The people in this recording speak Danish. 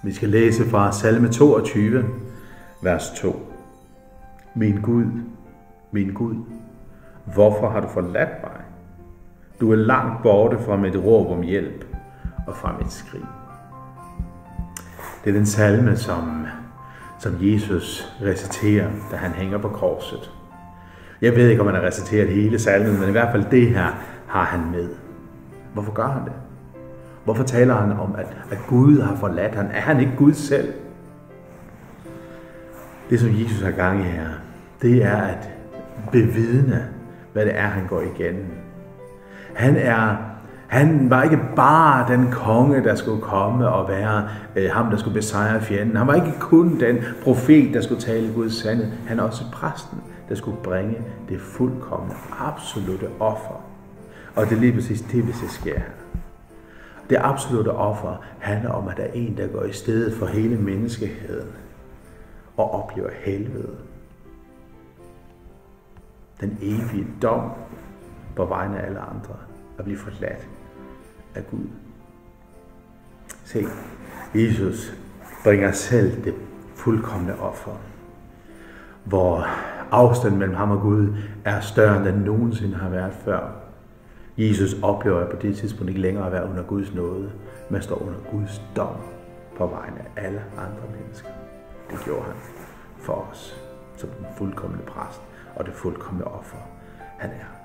Vi skal læse fra salme 22, vers 2. Min Gud, hvorfor har du forladt mig? Du er langt borte fra mit råb om hjælp og fra mit skrig. Det er den salme, som Jesus reciterer, da han hænger på korset. Jeg ved ikke, om han har reciteret hele salmen, men i hvert fald det her har han med. Hvorfor gør han det? Hvorfor taler han om, at Gud har forladt ham? Er han ikke Gud selv? Det, som Jesus har gang i her, det er at bevidne, hvad det er, han går igennem. Han var ikke bare den konge, der skulle komme og være ham, der skulle besejre fjenden. Han var ikke kun den profet, der skulle tale Guds sandhed. Han er også præsten, der skulle bringe det fuldkomne, absolutte offer. Og det er lige præcis det, hvis det sker her. Det absolutte offer handler om, at der er en, der går i stedet for hele menneskeheden og oplever helvede. Den evige dom på vegne af alle andre at blive forladt af Gud. Se, Jesus bringer selv det fuldkomne offer, hvor afstanden mellem ham og Gud er større, end den nogensinde har været før. Jesus oplever på det tidspunkt ikke længere at være under Guds nåde, men står under Guds dom på vegne af alle andre mennesker. Det gjorde han for os, som den fuldkomne præst og det fuldkomne offer, han er.